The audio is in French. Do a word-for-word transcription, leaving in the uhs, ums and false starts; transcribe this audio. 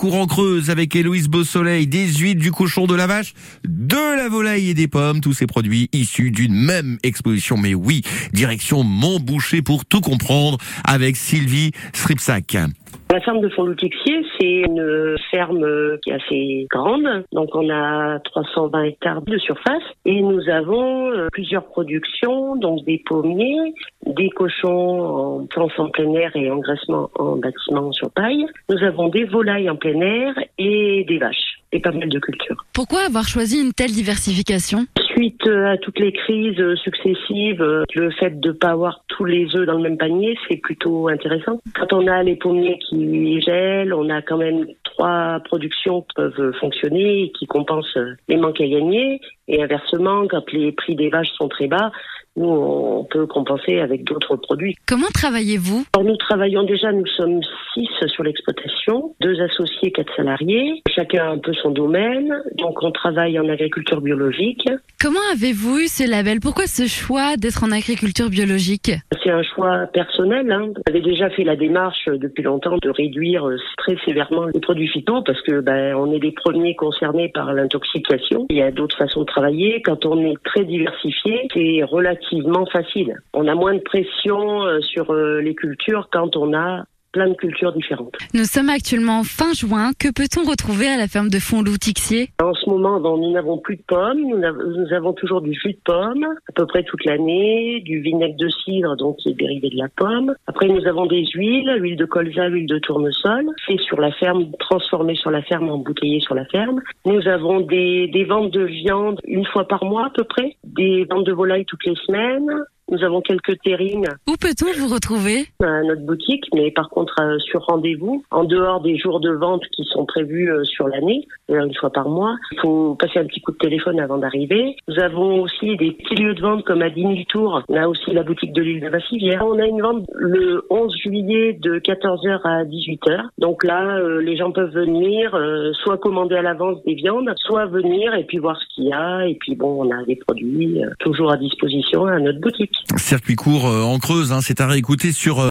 court en Creuse avec Héloïse Beausoleil, des huîtres, du cochon, de la vache, de la volaille et des pommes. Tous ces produits issus d'une même exposition. Mais oui, direction Montboucher pour tout comprendre avec Sylvie Stripsac. La ferme de Font-Loup-Texier, c'est une ferme qui est assez grande. Donc on a trois cent vingt hectares de surface et nous avons plusieurs productions, donc des pommiers, des cochons en plantes en plein air et engraissement en bâtiment sur paille. Nous avons des volailles en plein air et des vaches et pas mal de cultures. Pourquoi avoir choisi une telle diversification ? Suite à toutes les crises successives, le fait de ne pas avoir tous les œufs dans le même panier, c'est plutôt intéressant. Quand on a les pommiers qui gèlent, on a quand même trois productions qui peuvent fonctionner et qui compensent les manques à gagner. Et inversement, quand les prix des vaches sont très bas, nous, on peut compenser avec d'autres produits. Comment travaillez-vous ? Alors, nous travaillons déjà, nous sommes six sur l'exploitation, deux associés, quatre salariés. Chacun a un peu son domaine. Donc, on travaille en agriculture biologique. Comment avez-vous eu ce label ? Pourquoi ce choix d'être en agriculture biologique ? C'est un choix personnel. Hein. On avait déjà fait la démarche depuis longtemps de réduire très sévèrement les produits phyto parce que ben, on est les premiers concernés par l'intoxication. Il y a d'autres façons de travailler. Quand on est très diversifié, c'est relativement facile. On a moins de pression sur les cultures quand on a plein de cultures différentes. Nous sommes actuellement fin juin. Que peut-on retrouver à la ferme de Font-Loup-Texier ? En ce moment, bon, nous n'avons plus de pommes. Nous, nous avons toujours du jus de pomme, à peu près toute l'année, du vinaigre de cidre, donc qui est dérivé de la pomme. Après, nous avon des huiles, l'huile de colza, l'huile de tournesol, fait sur la ferme, transformée sur la ferme, embouteillée sur la ferme. Nous avons des, des ventes de viande une fois par mois à peu près, des ventes de volailles toutes les semaines. Nous avons quelques terrines. Où peut-on vous retrouver ? À notre boutique, mais par contre euh, sur rendez-vous, en dehors des jours de vente qui sont prévus euh, sur l'année, euh, une fois par mois. Il faut passer un petit coup de téléphone avant d'arriver. Nous avons aussi des petits lieux de vente comme à dix mille tours. On a aussi la boutique de l'île de Vassivière. On a une vente le onze juillet de quatorze heures à dix-huit heures. Donc là, euh, les gens peuvent venir, euh, soit commander à l'avance des viandes, soit venir et puis voir ce qu'il y a. Et puis bon, on a des produits euh, toujours à disposition à notre boutique. Circuit court en Creuse, hein, c'est à réécouter sur